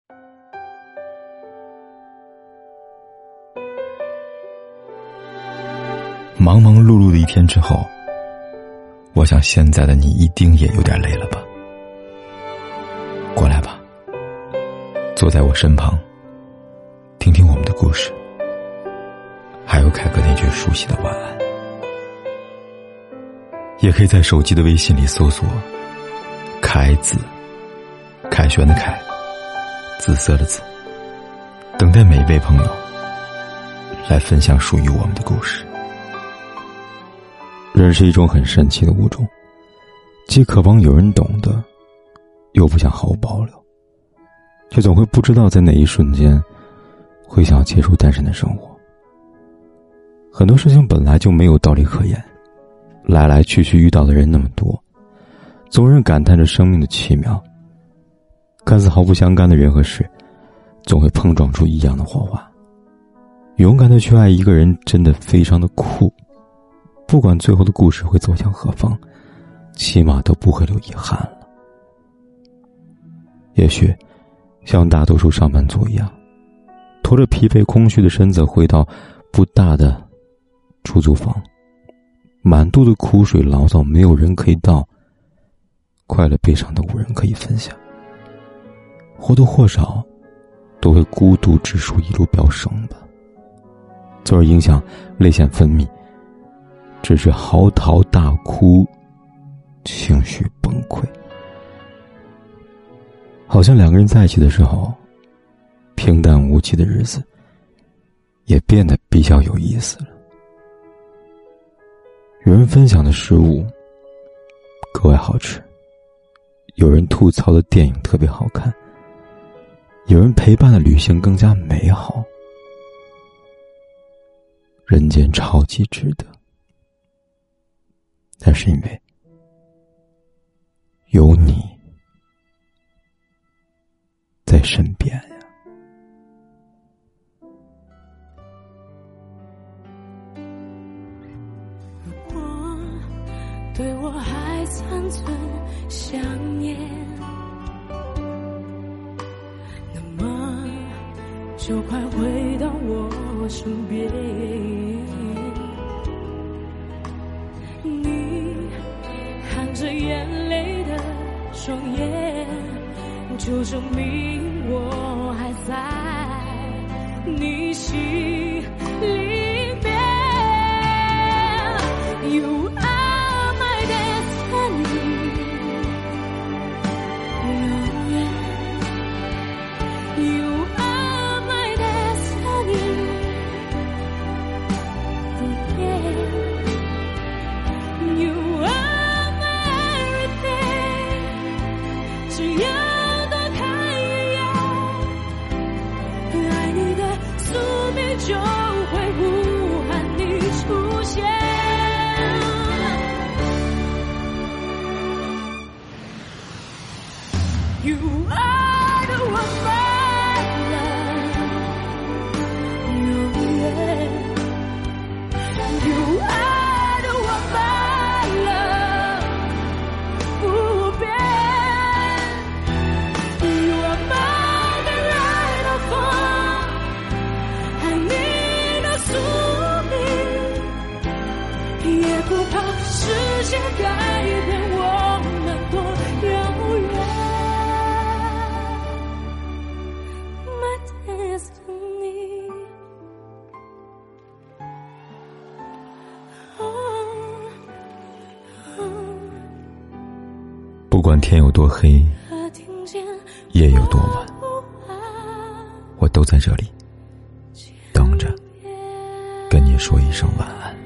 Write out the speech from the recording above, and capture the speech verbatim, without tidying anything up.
忙忙碌碌的一天之后，我想现在的你一定也有点累了吧。过来吧，坐在我身旁，听听我们的故事，还有凯哥那句熟悉的晚安。也可以在手机的微信里搜索凯子，凯旋的凯，紫色的紫，等待每一位朋友来分享属于我们的故事。人是一种很神奇的物种，既渴望有人懂得，又不想毫无保留，却总会不知道在哪一瞬间会想要结束单身的生活。很多事情本来就没有道理可言，来来去去遇到的人那么多，总人感叹着生命的奇妙。看似毫不相干的人和事，总会碰撞出一样的火花。勇敢的去爱一个人真的非常的酷，不管最后的故事会走向何方，起码都不会留遗憾了。也许像大多数上班族一样，拖着疲惫空虚的身子回到不大的出租房，满肚的苦水牢骚没有人可以道，快乐悲伤的无人可以分享，或多或少都会孤独指数一路飙升吧，从而影响泪腺分泌，直至嚎啕大哭，情绪崩溃。好像两个人在一起的时候，平淡无奇的日子也变得比较有意思了。有人分享的食物格外好吃，有人吐槽的电影特别好看，有人陪伴的旅行更加美好。人间超级值得，那是因为有你在身边呀。 如果对我还残存想念，那么就快回到我身边。你含着眼泪的双眼，就证明我还在你心里边。You are my destiny， 永远。You are my destiny， 不变。You are my everything， 只要就会呼喊你出现。You are the one my love， 永远。You are the one my love， 不变。You are my the right of all，也不怕世界改变我们多遥远。My destiny， 不管天有多黑，夜有多晚，我都在这里等着跟你说一声晚安。